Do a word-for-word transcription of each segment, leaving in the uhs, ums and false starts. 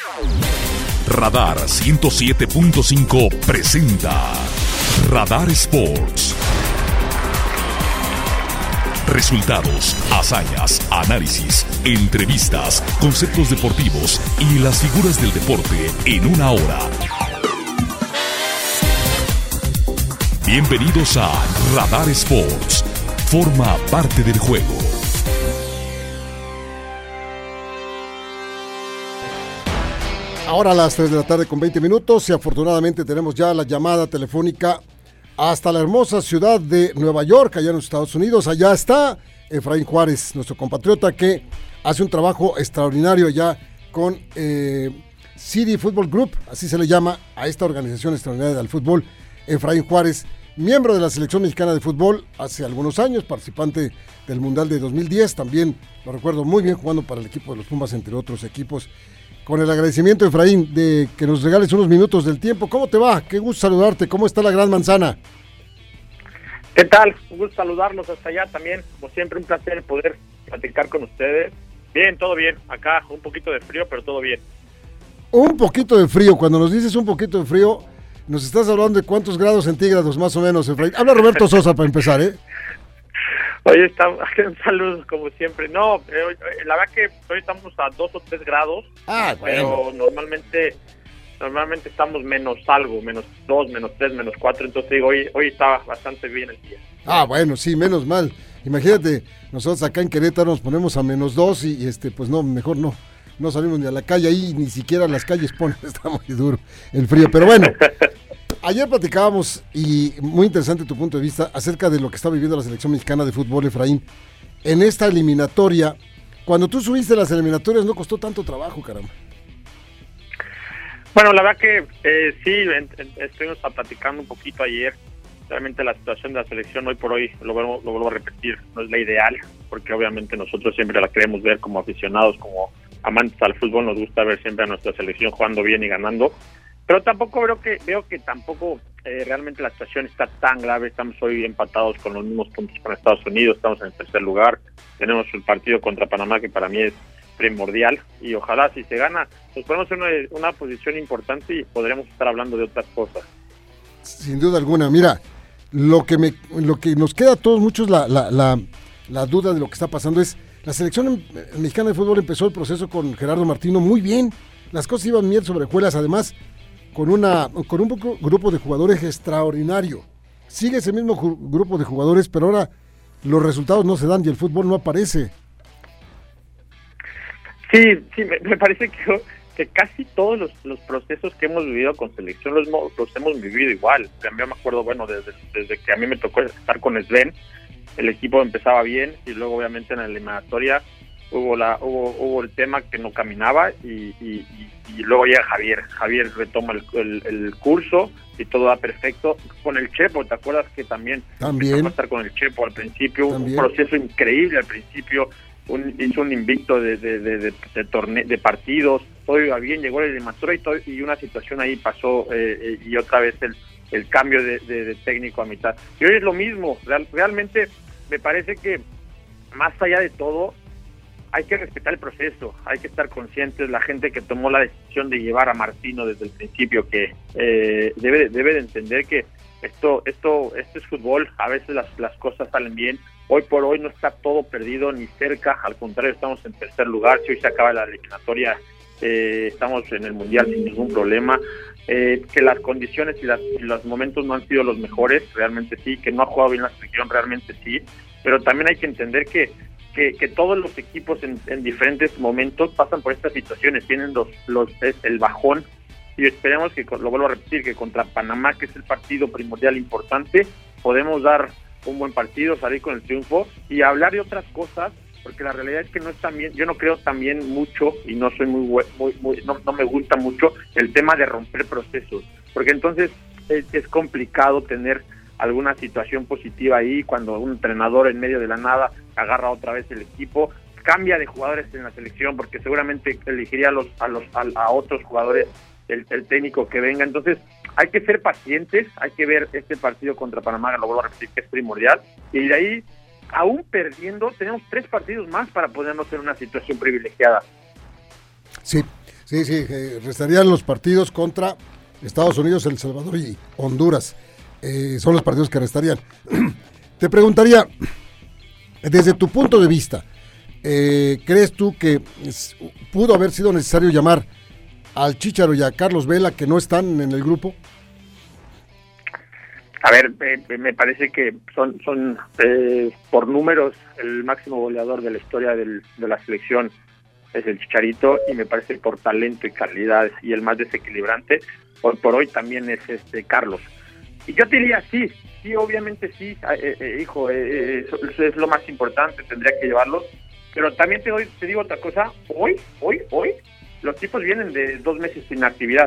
Radar ciento siete punto cinco presenta Radar Sports. Resultados, hazañas, análisis, entrevistas, conceptos deportivos y las figuras del deporte en una hora. Bienvenidos a Radar Sports. Forma parte del juego. Ahora a las tres de la tarde con veinte minutos y afortunadamente tenemos ya la llamada telefónica hasta la hermosa ciudad de Nueva York, allá en los Estados Unidos. Allá está Efraín Juárez, nuestro compatriota que hace un trabajo extraordinario allá con eh, City Football Group, así se le llama a esta organización extraordinaria del fútbol. Efraín Juárez, miembro de la selección mexicana de fútbol hace algunos años, participante del Mundial de dos mil diez, también lo recuerdo muy bien jugando para el equipo de los Pumas, entre otros equipos. Con el agradecimiento, Efraín, de que nos regales unos minutos del tiempo. ¿Cómo te va? Qué gusto saludarte. ¿Cómo está la Gran Manzana? ¿Qué tal? Un gusto saludarlos hasta allá también. Como siempre, un placer poder platicar con ustedes. Bien, todo bien. Acá un poquito de frío, pero todo bien. Un poquito de frío. Cuando nos dices un poquito de frío, nos estás hablando de cuántos grados centígrados más o menos, Efraín. Habla Roberto Sosa para empezar, ¿eh? Oye, estamos, un saludo como siempre. No, eh, la verdad que hoy estamos a dos o tres grados, ah, bueno. Pero normalmente normalmente estamos menos algo, menos dos, menos tres, menos cuatro, entonces digo, hoy, hoy está bastante bien el día. Ah, bueno, sí, menos mal. Imagínate, nosotros acá en Querétaro nos ponemos a menos dos y, y este, pues no, mejor no, no salimos ni a la calle, ahí ni siquiera las calles ponen, está muy duro el frío, pero bueno. Ayer platicábamos, y muy interesante tu punto de vista, acerca de lo que está viviendo la selección mexicana de fútbol, Efraín. En esta eliminatoria, cuando tú subiste las eliminatorias no costó tanto trabajo, caramba. Bueno, la verdad que eh, sí, en, en, estuvimos platicando un poquito ayer. Realmente la situación de la selección hoy por hoy, lo vuelvo, lo vuelvo a repetir, no es la ideal, porque obviamente nosotros siempre la queremos ver como aficionados, como amantes al fútbol, nos gusta ver siempre a nuestra selección jugando bien y ganando. Pero tampoco veo que veo que tampoco eh, realmente la situación está tan grave. Estamos hoy empatados con los mismos puntos con Estados Unidos, estamos en el tercer lugar, tenemos el partido contra Panamá que para mí es primordial y ojalá si se gana nos ponemos en una, una posición importante y podremos estar hablando de otras cosas. Sin duda alguna, mira, lo que me lo que nos queda a todos muchos la, la, la, la duda de lo que está pasando es, la selección mexicana de fútbol empezó el proceso con Gerardo Martino muy bien, las cosas iban miel sobre hojuelas, además con una con un grupo de jugadores extraordinario. Sigue ese mismo ju- grupo de jugadores, pero ahora los resultados no se dan y el fútbol no aparece. Sí, sí, me, me parece que, que casi todos los, los procesos que hemos vivido con selección los, los hemos vivido igual. Yo me acuerdo, bueno, desde, desde que a mí me tocó estar con Sven, el equipo empezaba bien y luego obviamente en la eliminatoria hubo la hubo hubo el tema que no caminaba y, y, y, y luego llega Javier Javier retoma el, el, el curso y todo va perfecto con el Chepo. ¿Te acuerdas que también también a estar con el Chepo al principio? También. Un proceso increíble al principio, un, hizo un invicto de de de, de, de, torne, de partidos, todo iba bien, llegó la eliminatoria y, todo, y una situación ahí pasó eh, y otra vez el, el cambio de, de, de técnico a mitad y hoy es lo mismo. Real, realmente me parece que más allá de todo hay que respetar el proceso, hay que estar conscientes, la gente que tomó la decisión de llevar a Martino desde el principio, que eh, debe debe de entender que esto esto esto es fútbol, a veces las, las cosas salen bien, hoy por hoy no está todo perdido ni cerca, al contrario estamos en tercer lugar, si hoy se acaba la eliminatoria eh, estamos en el Mundial sin ningún problema, eh, que las condiciones y, las, y los momentos no han sido los mejores, realmente sí, que no ha jugado bien la selección, realmente sí, pero también hay que entender que Que, que todos los equipos en, en diferentes momentos pasan por estas situaciones, tienen los, los el bajón y esperemos que, lo vuelvo a repetir, que contra Panamá, que es el partido primordial importante, podemos dar un buen partido, salir con el triunfo y hablar de otras cosas, porque la realidad es que no es tan bien, yo no creo también mucho y no soy muy, muy, muy no, no me gusta mucho el tema de romper procesos, porque entonces es, es complicado tener alguna situación positiva ahí cuando un entrenador en medio de la nada agarra otra vez el equipo, cambia de jugadores en la selección porque seguramente elegiría a los a los a, a otros jugadores el, el técnico que venga. Entonces hay que ser pacientes, hay que ver este partido contra Panamá, lo vuelvo a repetir que es primordial, y de ahí, aún perdiendo, tenemos tres partidos más para ponernos en una situación privilegiada. Sí, Sí, sí, eh, restarían los partidos contra Estados Unidos, El Salvador y Honduras. Eh, son los partidos que restarían. Te preguntaría, desde tu punto de vista, eh, ¿crees tú que es, pudo haber sido necesario llamar al Chícharo y a Carlos Vela, que no están en el grupo? A ver, eh, me parece que son, son eh, por números, el máximo goleador de la historia del, de la selección es el Chicharito, y me parece por talento y calidad y el más desequilibrante, hoy por hoy también es este Carlos. Y yo te diría, sí, sí, obviamente sí, eh, eh, hijo, eh, eso, eso es lo más importante, tendría que llevarlos, pero también te, doy, te digo otra cosa, hoy, hoy, hoy, los tipos vienen de dos meses sin actividad,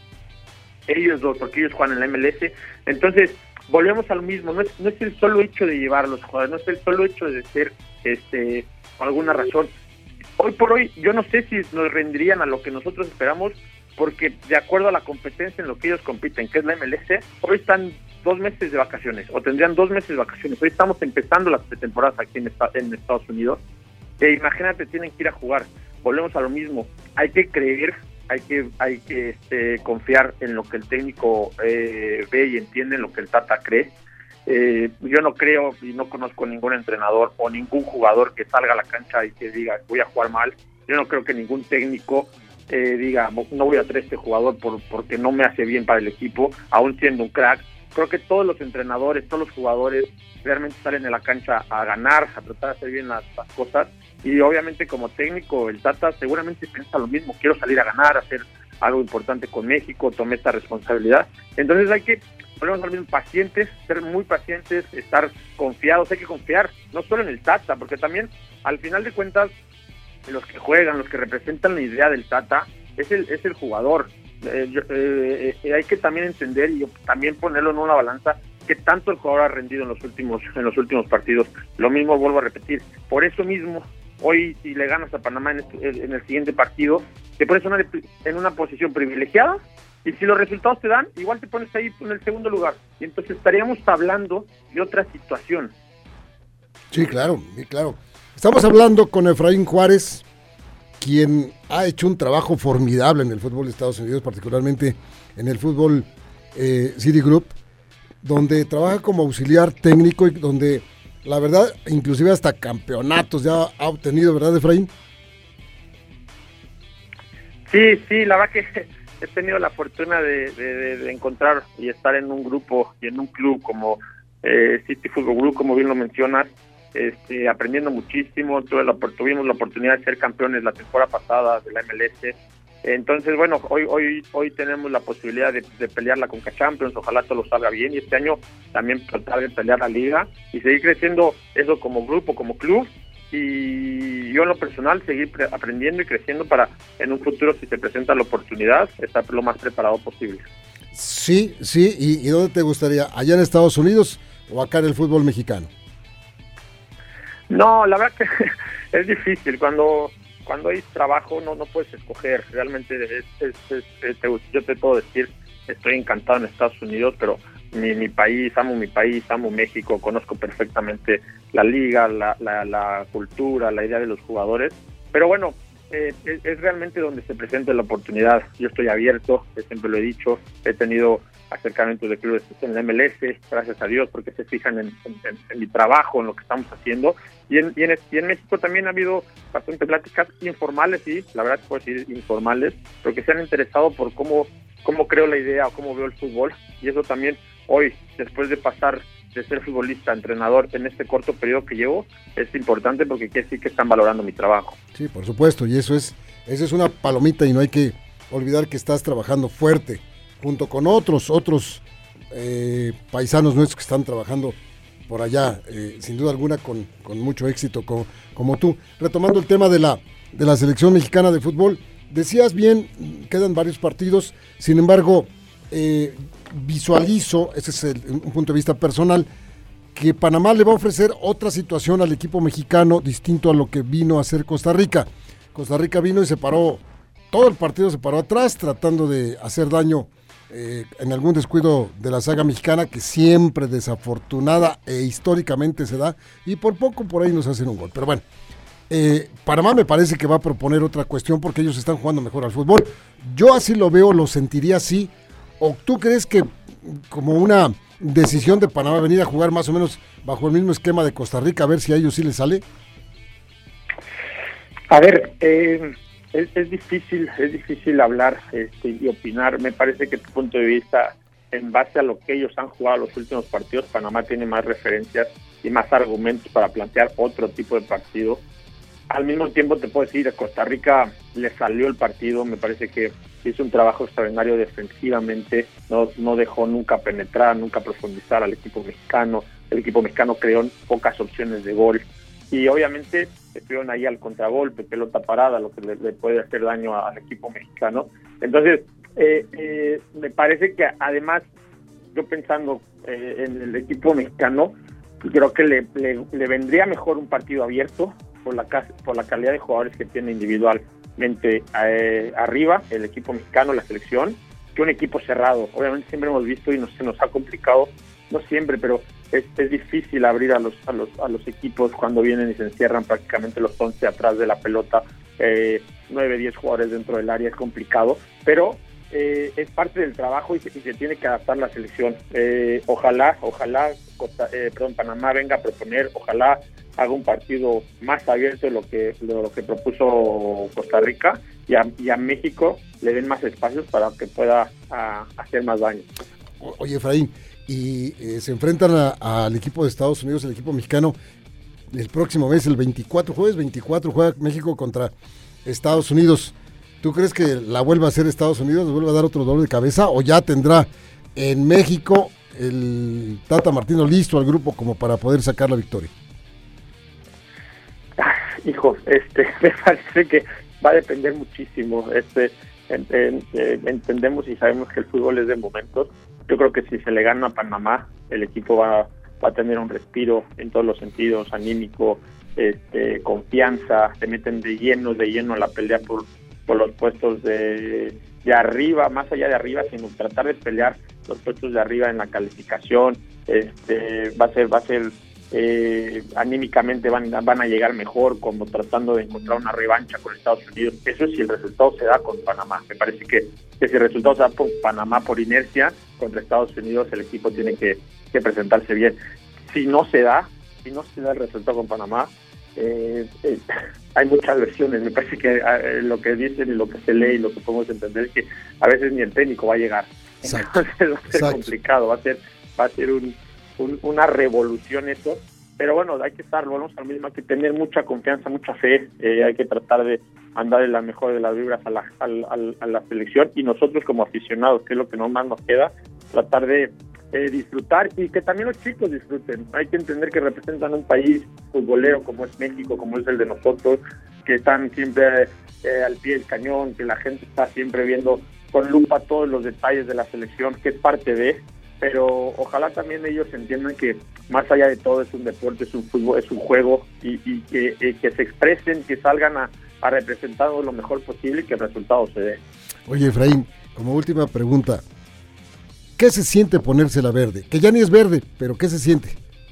ellos dos, porque ellos juegan en la M L S, entonces volvemos a lo mismo, no es, no es el solo hecho de llevarlos jugadores, no es el solo hecho de ser, este, por alguna razón. Hoy por hoy, yo no sé si nos rendirían a lo que nosotros esperamos, porque de acuerdo a la competencia en lo que ellos compiten, que es la M L S, hoy están dos meses de vacaciones, o tendrían dos meses de vacaciones. Hoy estamos empezando las pretemporadas aquí en, esta, en Estados Unidos, e imagínate, tienen que ir a jugar. Volvemos a lo mismo, hay que creer, hay que hay que este, confiar en lo que el técnico eh, ve y entiende, en lo que el Tata cree. Eh, yo no creo y no conozco ningún entrenador o ningún jugador que salga a la cancha y que diga voy a jugar mal. Yo no creo que ningún técnico eh, diga no voy a traer este jugador por, porque no me hace bien para el equipo, aún siendo un crack. Creo que todos los entrenadores, todos los jugadores realmente salen a la cancha a ganar, a tratar de hacer bien las, las cosas, y obviamente como técnico el Tata seguramente piensa lo mismo, quiero salir a ganar, hacer algo importante con México, tomé esta responsabilidad. Entonces hay que volvemos a ser pacientes, ser muy pacientes, estar confiados, hay que confiar no solo en el Tata, porque también al final de cuentas los que juegan, los que representan la idea del Tata es el es el jugador. Eh, yo, eh, eh, hay que también entender y también ponerlo en una balanza que tanto el jugador ha rendido en los últimos en los últimos partidos. Lo mismo vuelvo a repetir, por eso mismo hoy si le ganas a Panamá en, este, en el siguiente partido te pones una, en una posición privilegiada, y si los resultados te dan, igual te pones ahí en el segundo lugar, y entonces estaríamos hablando de otra situación. Sí, claro, sí, claro. Estamos hablando con Efraín Juárez, quien ha hecho un trabajo formidable en el fútbol de Estados Unidos, particularmente en el fútbol eh, City Group, donde trabaja como auxiliar técnico y donde, la verdad, inclusive hasta campeonatos ya ha obtenido, ¿verdad, Efraín? Sí, sí, la verdad que he tenido la fortuna de, de, de encontrar y estar en un grupo y en un club como eh, City Football Group, como bien lo mencionas, este, aprendiendo muchísimo. Tuve la, tuvimos la oportunidad de ser campeones la temporada pasada de la M L S. Entonces, bueno, hoy hoy hoy tenemos la posibilidad de, de pelear la Conca Champions, ojalá todo lo salga bien, y este año también tratar de pelear la Liga y seguir creciendo eso como grupo, como club, y yo en lo personal seguir pre- aprendiendo y creciendo para en un futuro, si se presenta la oportunidad, estar lo más preparado posible. Sí, sí, ¿y, y dónde te gustaría? ¿Allá en Estados Unidos o acá en el fútbol mexicano? No, la verdad que es difícil, cuando cuando hay trabajo no no puedes escoger, realmente es, es, es, es, te, yo te puedo decir, estoy encantado en Estados Unidos, pero mi, mi país, amo mi país, amo México, conozco perfectamente la liga, la, la, la cultura, la idea de los jugadores, pero bueno, eh, es, es realmente donde se presenta la oportunidad. Yo estoy abierto, siempre lo he dicho, he tenido acercamientos de clubes en la M L S, gracias a Dios, porque se fijan en, en, en mi trabajo, en lo que estamos haciendo, y en, y, en, y en México también ha habido bastantes pláticas informales, sí, la verdad que puedo decir informales, pero que se han interesado por cómo, cómo creo la idea o cómo veo el fútbol, y eso también hoy, después de pasar de ser futbolista a entrenador en este corto periodo que llevo, es importante porque quiere decir que están valorando mi trabajo. Sí, por supuesto, y eso es, eso es una palomita, y no hay que olvidar que estás trabajando fuerte, junto con otros, otros eh, paisanos nuestros que están trabajando por allá, eh, sin duda alguna con, con mucho éxito como, como tú. Retomando el tema de la, de la selección mexicana de fútbol, decías bien, quedan varios partidos, sin embargo, eh, visualizo, ese es el, un punto de vista personal, que Panamá le va a ofrecer otra situación al equipo mexicano distinto a lo que vino a hacer Costa Rica. Costa Rica vino y se paró, todo el partido se paró atrás, tratando de hacer daño Eh, en algún descuido de la saga mexicana, que siempre desafortunada e históricamente se da, y por poco por ahí nos hacen un gol. Pero bueno, Eh, Panamá me parece que va a proponer otra cuestión porque ellos están jugando mejor al fútbol. Yo así lo veo, lo sentiría así. ¿O tú crees que como una decisión de Panamá venir a jugar más o menos bajo el mismo esquema de Costa Rica, a ver si a ellos sí les sale? A ver, eh, es, es difícil, es difícil hablar este, y opinar. Me parece que tu punto de vista, en base a lo que ellos han jugado los últimos partidos, Panamá tiene más referencias y más argumentos para plantear otro tipo de partido. Al mismo tiempo te puedo decir, a Costa Rica le salió el partido, me parece que hizo un trabajo extraordinario defensivamente, no, no dejó nunca penetrar, nunca profundizar al equipo mexicano, el equipo mexicano creó pocas opciones de gol, y obviamente estuvieron ahí al contragolpe, pelota parada, lo que le, le puede hacer daño al equipo mexicano. Entonces, eh, eh, me parece que además, yo pensando eh, en el equipo mexicano, creo que le, le, le vendría mejor un partido abierto, por la por la calidad de jugadores que tiene individualmente eh, arriba el equipo mexicano, la selección, que un equipo cerrado. Obviamente siempre hemos visto y nos, se nos ha complicado, no siempre, pero es, es difícil abrir a los, a los a los equipos cuando vienen y se encierran prácticamente los once atrás de la pelota, eh, nueve, diez jugadores dentro del área, es complicado, pero eh, es parte del trabajo y se, y se tiene que adaptar la selección. Eh, ojalá, ojalá, Costa, eh, perdón, Panamá venga a proponer, ojalá haga un partido más abierto de lo que de lo que propuso Costa Rica y a, y a México le den más espacios para que pueda a, hacer más daño. Oye, Efraín, y eh, se enfrentan al equipo de Estados Unidos, el equipo mexicano, el próximo mes, el veinticuatro, jueves veinticuatro, juega México contra Estados Unidos. ¿Tú crees que la vuelva a hacer Estados Unidos, le vuelva a dar otro dolor de cabeza, o ya tendrá en México el Tata Martino listo al grupo como para poder sacar la victoria? Hijo, este, me parece que va a depender muchísimo. Este, en, en, en, entendemos y sabemos que el fútbol es de momentos. Yo creo que si se le gana a Panamá, el equipo va, va a tener un respiro en todos los sentidos, anímico, este, confianza, se meten de lleno, de lleno a la pelea por, por los puestos de, de arriba, más allá de arriba, sino tratar de pelear los puestos de arriba en la calificación. Este, va a ser, va a ser Eh, anímicamente van, van a llegar mejor, como tratando de encontrar una revancha con Estados Unidos. Eso si el resultado se da con Panamá. Me parece que, que si el resultado se da con Panamá por inercia, contra Estados Unidos el equipo tiene que, que presentarse bien. Si no se da, si no se da el resultado con Panamá, eh, eh, hay muchas versiones. Me parece que eh, lo que dicen y lo que se lee y lo que podemos entender es que a veces ni el técnico va a llegar. Exacto. Entonces va a ser Exacto. complicado, va a ser, va a ser un Un, una revolución eso, pero bueno, hay que estar, volvemos al mismo, hay que tener mucha confianza, mucha fe, eh, hay que tratar de mandarle la mejor de las vibras a la, a, a, a la selección, y nosotros como aficionados, que es lo que no más nos queda, tratar de eh, disfrutar y que también los chicos disfruten. Hay que entender que representan un país futbolero como es México, como es el de nosotros, que están siempre eh, al pie del cañón, que la gente está siempre viendo con lupa todos los detalles de la selección, que es parte de... pero ojalá también ellos entiendan que más allá de todo es un deporte, es un fútbol, es un juego, y, y que, eh, que se expresen, que salgan a, a representarnos lo mejor posible y que el resultado se dé. Oye, Efraín, como última pregunta, ¿qué se siente ponérsela verde? Que ya ni es verde, pero ¿qué se siente?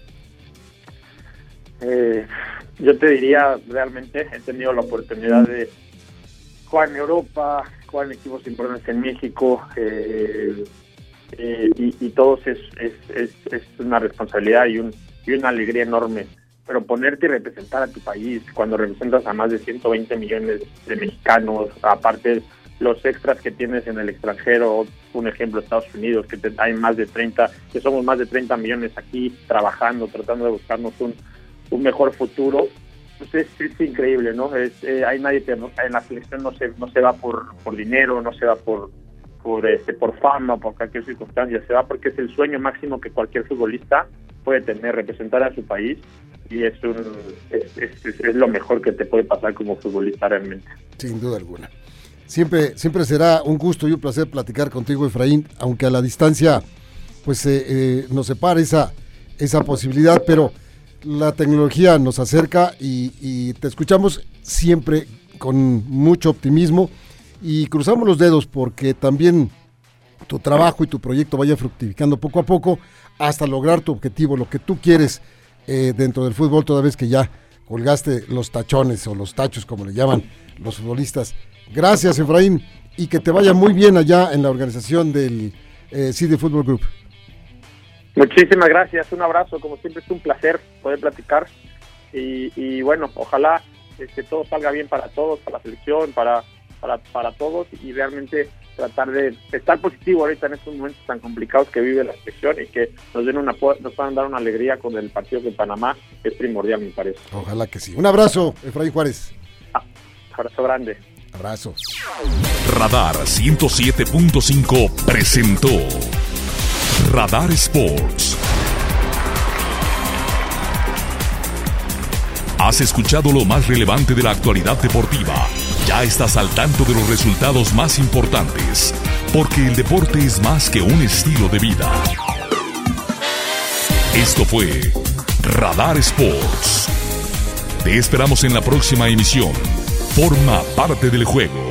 Eh, yo te diría, realmente he tenido la oportunidad de jugar en Europa, jugar en equipos importantes en México, eh, Eh, y, y todos es, es, es, es una responsabilidad y, un, y una alegría enorme, pero ponerte y representar a tu país cuando representas a más de ciento veinte millones de mexicanos, aparte los extras que tienes en el extranjero, un ejemplo Estados Unidos, que te, hay más de treinta, que somos más de treinta millones aquí trabajando, tratando de buscarnos un, un mejor futuro, pues es, es increíble, ¿no? Es, eh, hay nadie que no, en la selección no se, no se va por, por dinero, no se va por por este por fama, por cualquier circunstancia, se va porque es el sueño máximo que cualquier futbolista puede tener, representar a su país, y es un es, es, es, es lo mejor que te puede pasar como futbolista realmente. Sin duda alguna. Siempre siempre será un gusto y un placer platicar contigo, Efraín, aunque a la distancia pues eh, eh, nos separa esa esa posibilidad, pero la tecnología nos acerca y, y te escuchamos siempre con mucho optimismo. Y cruzamos los dedos porque también tu trabajo y tu proyecto vaya fructificando poco a poco hasta lograr tu objetivo, lo que tú quieres eh, dentro del fútbol, toda vez que ya colgaste los tachones o los tachos, como le llaman los futbolistas. Gracias, Efraín, y que te vaya muy bien allá en la organización del eh, City Football Group. Muchísimas gracias, un abrazo, como siempre es un placer poder platicar y, y bueno, ojalá que todo salga bien para todos, para la selección, para, para, para todos y realmente tratar de estar positivo ahorita en estos momentos tan complicados que vive la selección y que nos den una nos puedan dar una alegría con el partido con Panamá, que es primordial, me parece. Ojalá que sí. Un abrazo, Efraín Juárez. Ah, abrazo grande. Abrazo. Radar ciento siete punto cinco presentó Radar Sports. Has escuchado lo más relevante de la actualidad deportiva. Ya estás al tanto de los resultados más importantes, porque el deporte es más que un estilo de vida. Esto fue Radar Sports. Te esperamos en la próxima emisión. Forma parte del juego.